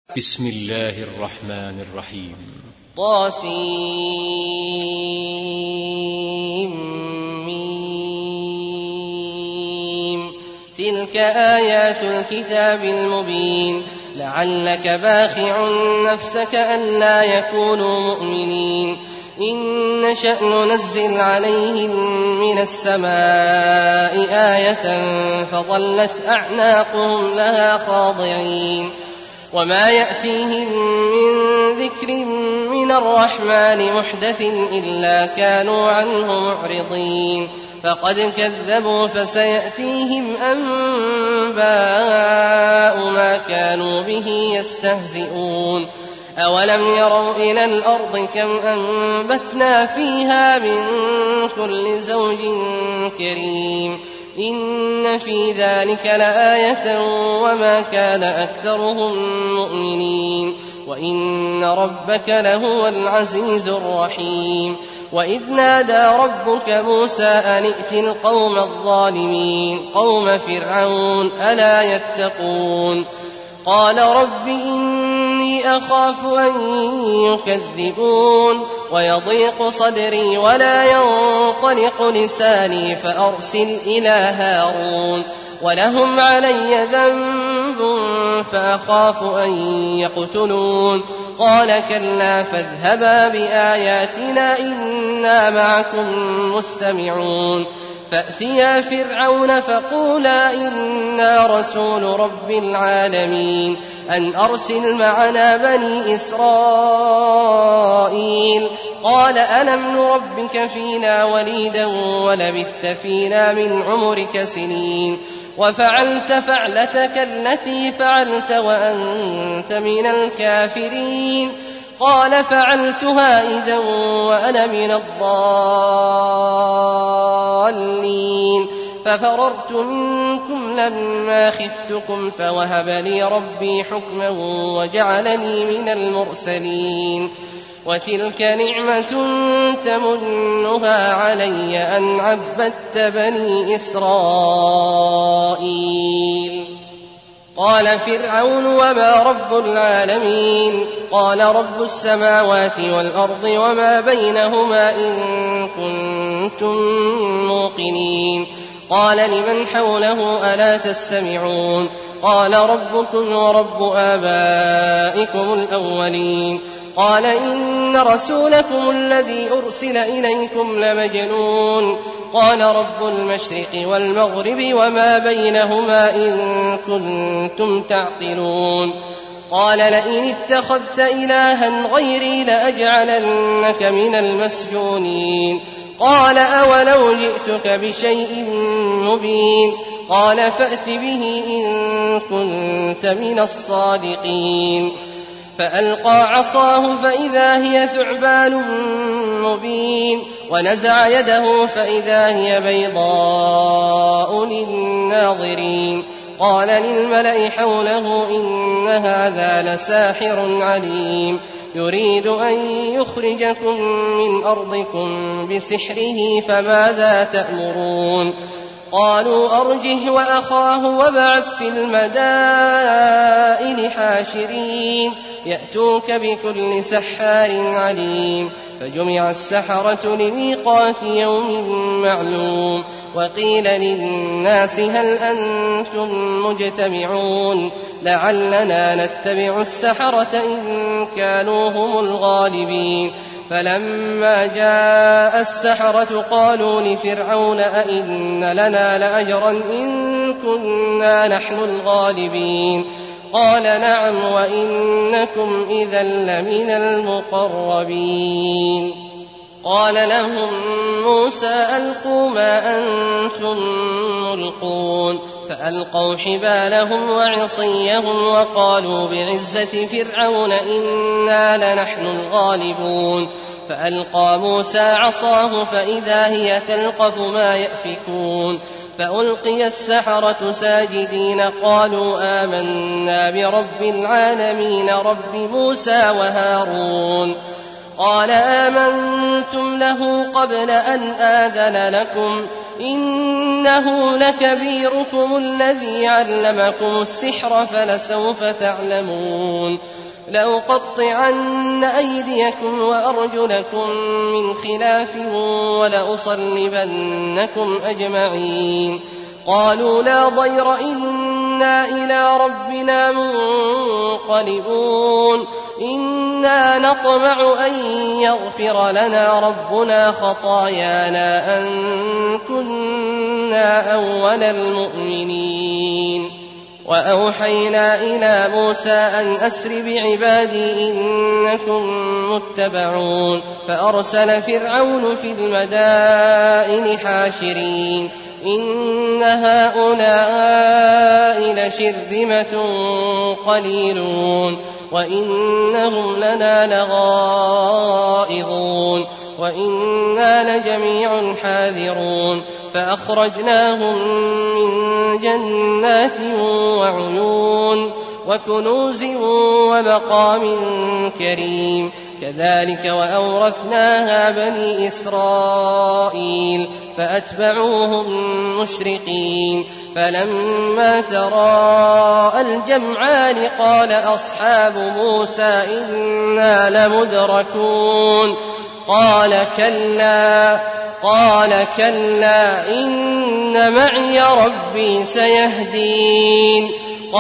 بسم الله الرحمن الرحيم. طاسيم. تلك آيات الكتاب المبين. لعلك باخع نفسك ألا يكونوا مؤمنين. إن نشأ ننزل عليهم من السماء آية فظلت أعناقهم لها خاضعين. وما يأتيهم من ذكر من الرحمن محدث إلا كانوا عنه معرضين. فقد كذبوا فسيأتيهم أنباء ما كانوا به يستهزئون. أولم يروا إلى الأرض كم أنبتنا فيها من كل زوج كريم. إن في ذلك لآية وما كان أكثرهم مؤمنين وإن ربك لهو العزيز الرحيم. وإذ نادى ربك موسى أن ائت القوم الظالمين قوم فرعون ألا يتقون. قال رب إني أخاف أن يكذبون ويضيق صدري ولا ينطلق لساني فأرسل إلى هارون ولهم علي ذنب فأخاف أن يقتلون. قال كلا فاذهبا بآياتنا إنا معكم مستمعون. فأتيا فرعون فقولا إنا رسول رب العالمين أن أرسل معنا بني إسرائيل. قال ألم نربك فينا وليدا ولبثت فينا من عمرك سنين وفعلت فعلتك التي فعلت وأنت من الكافرين. قال فعلتها إذا وأنا من الضالين ففررت منكم لما خفتكم فوهب لي ربي حكما وجعلني من المرسلين. وتلك نعمة تمنها علي أن عبدت بني إسرائيل. قال فرعون وما رب العالمين. قال رب السماوات والأرض وما بينهما إن كنتم موقنين. قال لمن حوله ألا تستمعون. قال ربكم ورب آبائكم الأولين. قال إن رسولكم الذي أرسل إليكم لمجنون. قال رب المشرق والمغرب وما بينهما إن كنتم تعقلون. قال لئن اتخذت إلها غيري لأجعلنك من المسجونين. قال أولو جئتك بشيء مبين. قال فأت به إن كنت من الصادقين. فألقى عصاه فإذا هي ثعبان مبين ونزع يده فإذا هي بيضاء للناظرين. قال للملأ حوله إن هذا لساحر عليم يريد أن يخرجكم من أرضكم بسحره فماذا تأمرون. قالوا أرجه وأخاه وابعث في المدائن حاشرين يأتوك بكل سحار عليم. فجمع السحرة لميقات يوم معلوم. وقيل للناس هل أنتم مجتمعون لعلنا نتبع السحرة إن كانوا هم الغالبين. فلما جاء السحرة قالوا لفرعون أئن لنا لأجرا إن كنا نحن الغالبين. قال نعم وإنكم إذا لمن المقربين. قال لهم موسى ألقوا ما أنتم ملقون. فألقوا حبالهم وعصيهم وقالوا بعزة فرعون إنا لنحن الغالبون. فألقى موسى عصاه فإذا هي تلقف ما يأفكون. فألقي السحرة ساجدين قالوا آمنا برب العالمين رب موسى وهارون. قال آمنتم له قبل أن آذن لكم إنه لكبيركم الذي علمكم السحر فلسوف تعلمون. لأقطعن أيديكم وأرجلكم من خلاف ولأصلبنكم أجمعين. قالوا لا ضير إنا إلى ربنا منقلبون. إنا نطمع أن يغفر لنا ربنا خطايانا أن كنا أول المؤمنين. وأوحينا إلى موسى أن أسر بعبادي إنكم متبعون. فأرسل فرعون في المدائن حاشرين إن هؤلاء لشرذمة قليلون وإنهم لنا لغائظون وإنا لجميع حاذرون. فأخرجناهم من جنات وعيون وكنوز ومقام كريم. كذلك وأورثناها بني إسرائيل فأتبعوهم مشرقين. فلما تراءى الجمعان قال أصحاب موسى إنا لمدركون. قال كلا إن معي ربي سيهدين.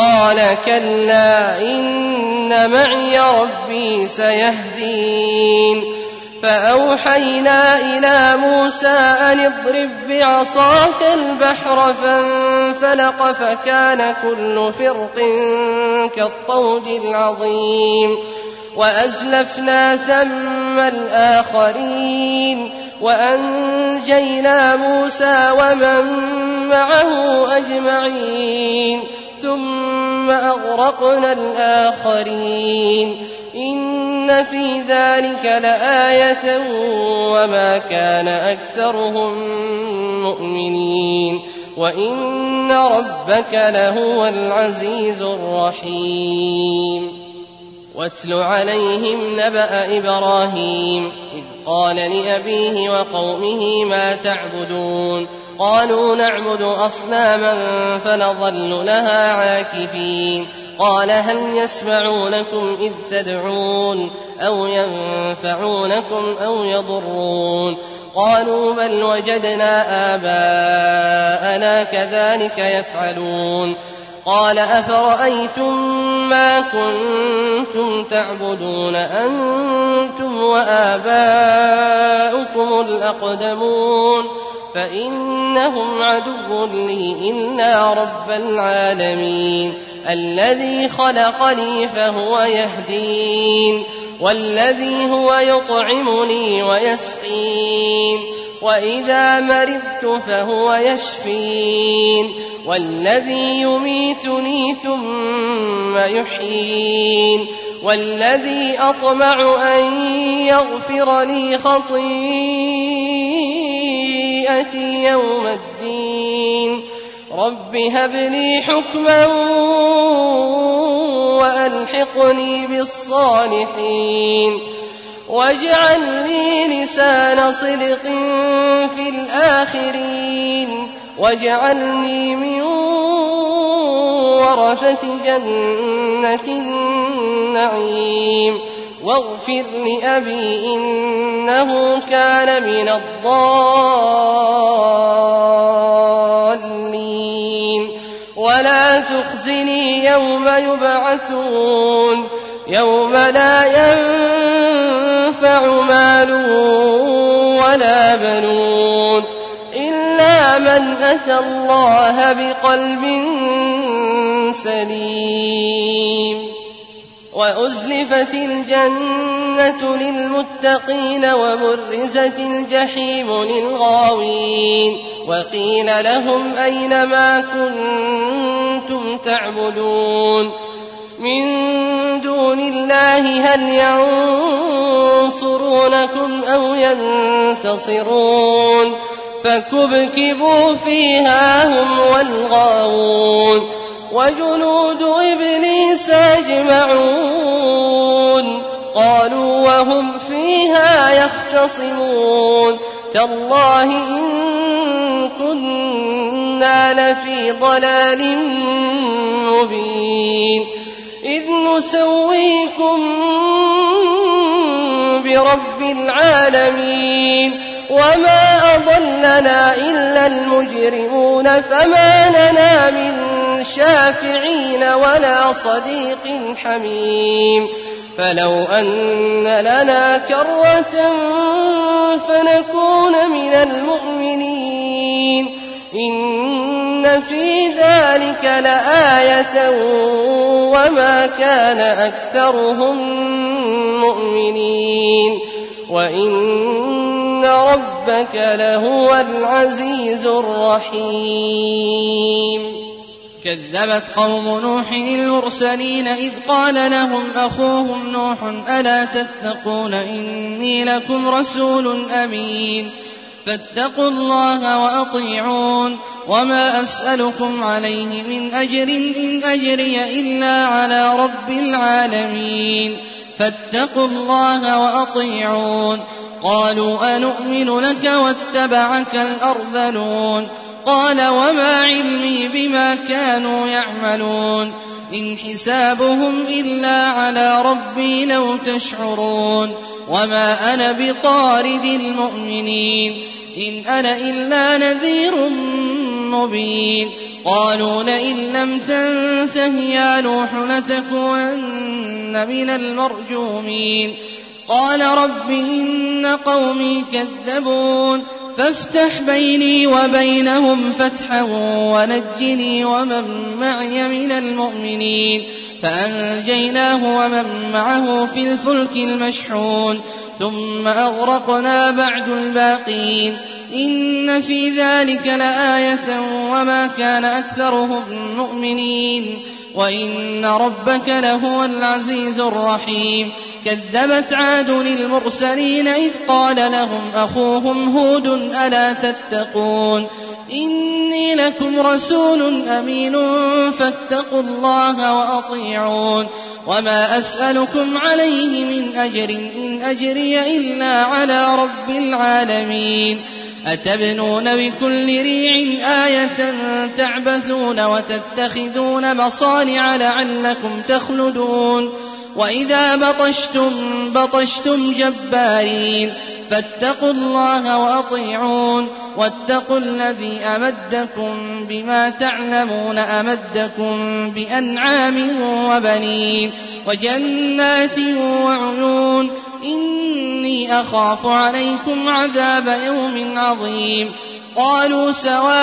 فأوحينا إلى موسى أن اضرب بعصاك البحر فانفلق فكان كل فرق كالطود العظيم. وأزلفنا ثم الآخرين وأنجينا موسى ومن معه أجمعين ثم أغرقنا الآخرين. إن في ذلك لآية وما كان أكثرهم مؤمنين وإن ربك لهو العزيز الرحيم. واتل عليهم نبأ إبراهيم إذ قال لأبيه وقومه ما تعبدون. قالوا نعبد أصناما فنظل لها عاكفين. قال هل يسمعونكم إذ تدعون أو ينفعونكم أو يضرون. قالوا بل وجدنا آباءنا كذلك يفعلون. قال أفرأيتم ما كنتم تعبدون أنتم وآباؤكم الأقدمون فإنهم عدو لي إلا رب العالمين الذي خلقني فهو يهدين والذي هو يطعمني ويسقين وإذا مرضت فهو يشفين والذي يميتني ثم يحيين والذي أطمع أن يغفر لي خطيئتي يوم الدين. رب هب لي حكما وألحقني بالصالحين واجعل لي لسان صدق في الآخرين واجعلني من ورثة جنة النعيم واغفر لأبي إنه كان من الضالين ولا تخزني يوم يبعثون يوم لا ينفع مال ولا بنون إلا من أتى الله بقلب سليم. وأزلفت الجنة للمتقين وبرزت الجحيم للغاوين وقيل لهم أين ما كنتم تعبدون من دون الله هل ينصرونكم أو ينتصرون فكبكبوا فيها هم والغاوون وجنود إبليس أجمعون قالوا وهم فيها يختصمون تالله إن كنا لفي ضلال مبين إذ نسويكم برب العالمين وما أضلنا إلا المجرمون فما لنا من شافعين ولا صديق حميم فلو أن لنا كرة فنكون من المؤمنين إن في ذلك لآية وما كان أكثرهم مؤمنين وإن ربك لهو العزيز الرحيم. كذبت قوم نوح المرسلين إذ قال لهم أخوهم نوح ألا تتقون إني لكم رسول أمين فاتقوا الله وأطيعون وما أسألكم عليه من أجر إن أجري إلا على رب العالمين فاتقوا الله وأطيعون. قالوا أنؤمن لك واتبعك الأرذلون قال وما علمي بما كانوا يعملون إن حسابهم إلا على ربي لو تشعرون وما أنا بطارد المؤمنين إن أنا إلا نذير مبين. قالوا لئن لم تنته يا نوح لتكونن من المرجومين قال رب إن قومي كذبون فافتح بيني وبينهم فتحا ونجني ومن معي من المؤمنين فأنجيناه ومن معه في الفلك المشحون ثم أغرقنا بعد الباقين إن في ذلك لآية وما كان أكثرهم مؤمنين وإن ربك لهو العزيز الرحيم. كذبت عاد المرسلين إذ قال لهم أخوهم هود ألا تتقون إني لكم رسول أمين فاتقوا الله وأطيعون وما أسألكم عليه من أجر إن أجري إلا على رب العالمين أتبنون بكل ريع آية تعبثون وتتخذون مصانع لعلكم تخلدون وإذا بطشتم جبارين فاتقوا الله وأطيعون واتقوا الذي أمدكم بما تعلمون أمدكم بأنعام وبنين وجنات وعيون إني أخاف عليكم عذاب يوم عظيم. قالوا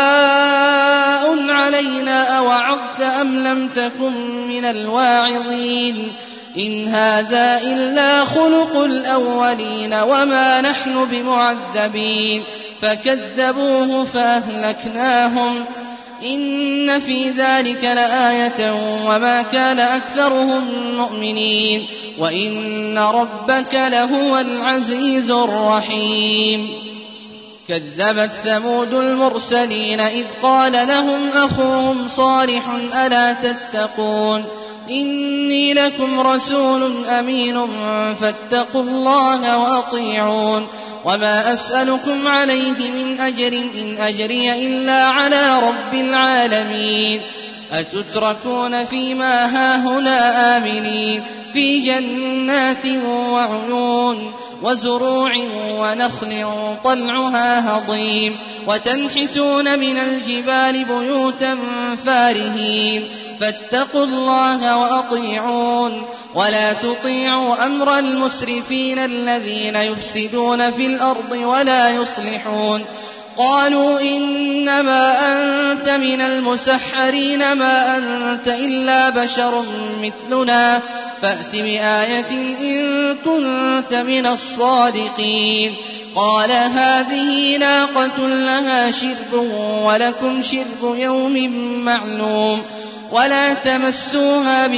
سواء علينا أوعظت أم لم تكن من الواعظين إن هذا إلا خلق الأولين وما نحن بمعذبين فكذبوه فأهلكناهم إن في ذلك لآية وما كان أكثرهم مؤمنين وإن ربك لهو العزيز الرحيم. كذبت ثمود المرسلين إذ قال لهم أخوهم صالح ألا تتقون إني لكم رسول أمين فاتقوا الله وأطيعون وما أسألكم عليه من أجر إن أجري إلا على رب العالمين أتتركون فيما هاهنا آمنين في جنات وعيون وزروع ونخل طلعها هضيم وتنحتون من الجبال بيوتا فارهين فاتقوا الله وأطيعون ولا تطيعوا أمر المسرفين الذين يفسدون في الأرض ولا يصلحون. قالوا إنما أنت من المسحرين ما أنت إلا بشر مثلنا فأت بآية إن كنت من الصادقين. قال هذه ناقة لها شرب ولكم شرب يوم معلوم ولا تمسوها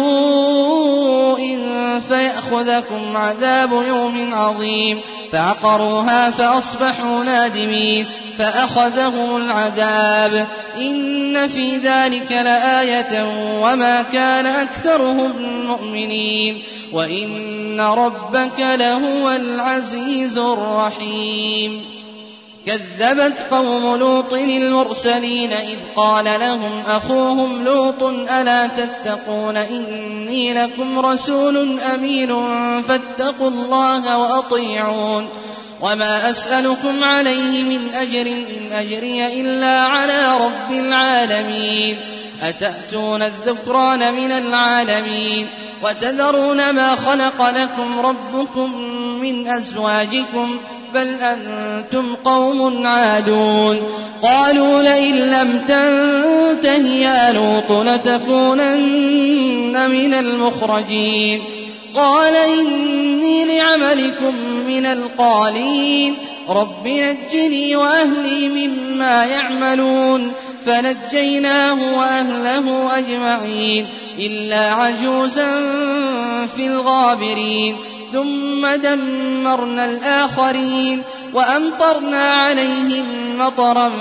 بسوء فيأخذكم عذاب يوم عظيم. فعقروها فأصبحوا نادمين فأخذهم العذاب إن في ذلك لآية وما كان أكثرهم مؤمنين وإن ربك لهو العزيز الرحيم. كذبت قوم لوط المرسلين إذ قال لهم أخوهم لوط ألا تتقون إني لكم رسول أمين فاتقوا الله وأطيعون وما أسألكم عليه من أجر إن أجري إلا على رب العالمين أتأتون الذكران من العالمين وتذرون ما خلق لكم ربكم من أزواجكم بل أنتم قوم عادون قالوا لئن لم تنته يا لوط لتكونن من المخرجين قال إني لعملكم من القالين رب نجني وأهلي مما يعملون فنجيناه وأهله أجمعين إلا عجوزا في الغابرين ثم دمرنا الآخرين وأمطرنا عليهم مطرا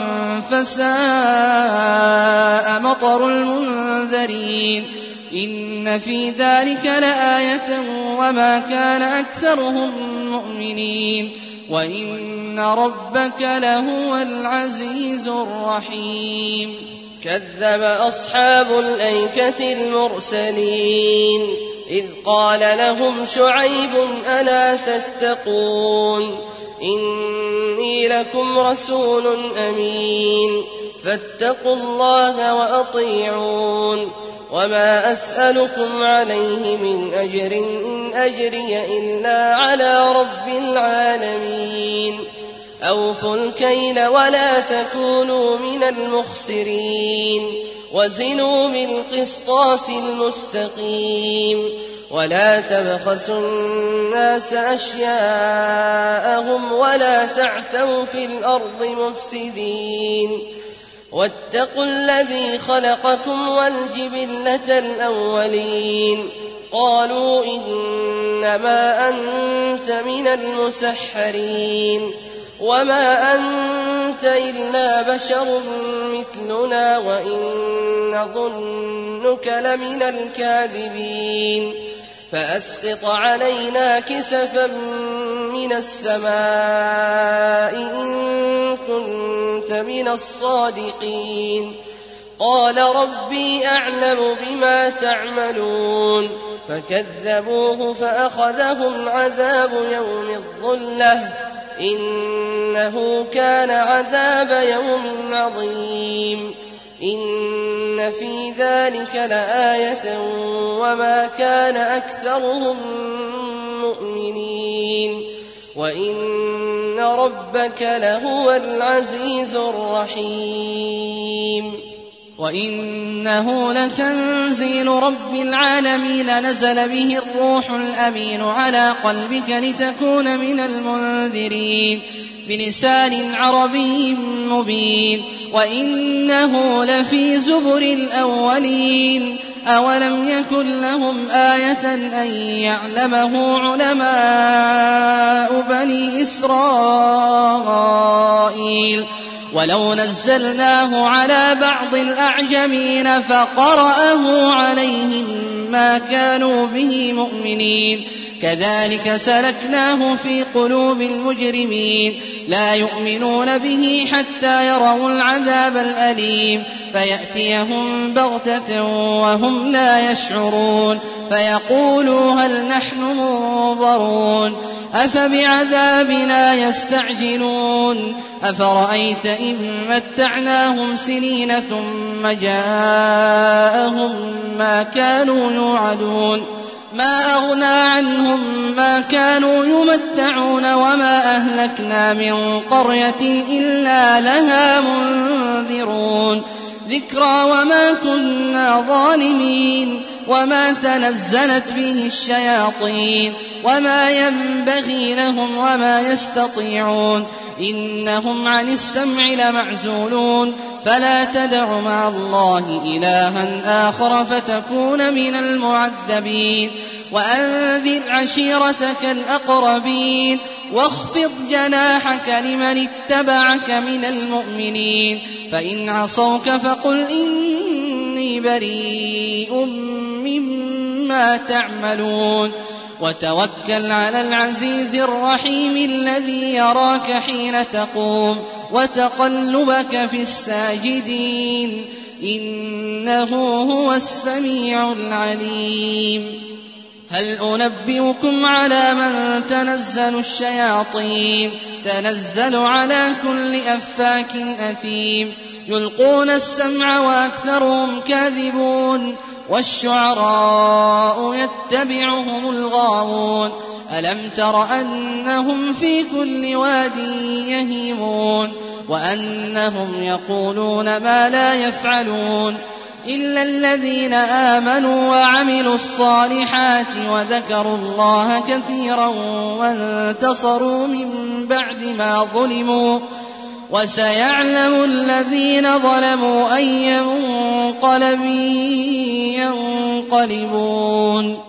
فساء مطر المنذرين إن في ذلك لآية وما كان أكثرهم مؤمنين وإن ربك لهو العزيز الرحيم كذب أصحاب الأيكة المرسلين إذ قال لهم شعيب ألا تتقون إني لكم رسول أمين فاتقوا الله وأطيعون وما أسألكم عليه من أجر إن أجري إلا على رب العالمين أوفوا الكيل ولا تكونوا من المخسرين وزنوا بالقسطاس المستقيم ولا تبخسوا الناس أشياءهم ولا تعثوا في الأرض مفسدين واتقوا الذي خلقكم والجبلة الأولين قالوا إنما أنت من المسحرين وما أنت إلا بشر مثلنا وإن نظنك لمن الكاذبين فأسقط علينا كسفا من السماء إن كنت من الصادقين قال ربي أعلم بما تعملون فكذبوه فأخذهم عذاب يوم الظلة إنه كان عذاب يوم عظيم إن في ذلك لآية وما كان أكثرهم مؤمنين وإن ربك لهو العزيز الرحيم وإنه لتنزيل رب العالمين نزل به الروح الأمين على قلبك لتكون من المنذرين بلسان عربي مبين وإنه لفي زبر الأولين أولم يكن لهم آية أن يعلمه علماء بني إسرائيل ولو نزلناه على بعض الأعجمين فقرأه عليهم ما كانوا به مؤمنين كذلك سلكناه في قلوب المجرمين لا يؤمنون به حتى يروا العذاب الأليم فيأتيهم بغتة وهم لا يشعرون فيقولوا هل نحن منظرون أفبعذابنا يستعجلون أفرأيت إن متعناهم سنين ثم جاءهم ما كانوا يوعدون ما أغنى عنهم ما كانوا يمتعون وما أهلكنا من قرية إلا لها منذرون ذكرى وما كنا ظالمين وما تنزلت به الشياطين وما ينبغي لهم وما يستطيعون إنهم عن السمع لمعزولون فلا تدع مع الله إلها آخر فتكون من المعذبين وأنذر عشيرتك الأقربين واخفض جناحك لمن اتبعك من المؤمنين فإن عصوك فقل إني بريء مما تعملون وتوكل على العزيز الرحيم الذي يراك حين تقوم وتقلبك في الساجدين إنه هو السميع العليم هل أنبئكم على من تنزل الشياطين تنزل على كل أفاك أثيم يلقون السمع وأكثرهم كاذبون والشعراء يتبعهم الغاوون ألم تر أنهم في كل واد يهيمون وأنهم يقولون ما لا يفعلون إلا الذين آمنوا وعملوا الصالحات وذكروا الله كثيرا وانتصروا من بعد ما ظلموا وسيعلم الذين ظلموا أي منقلب ينقلبون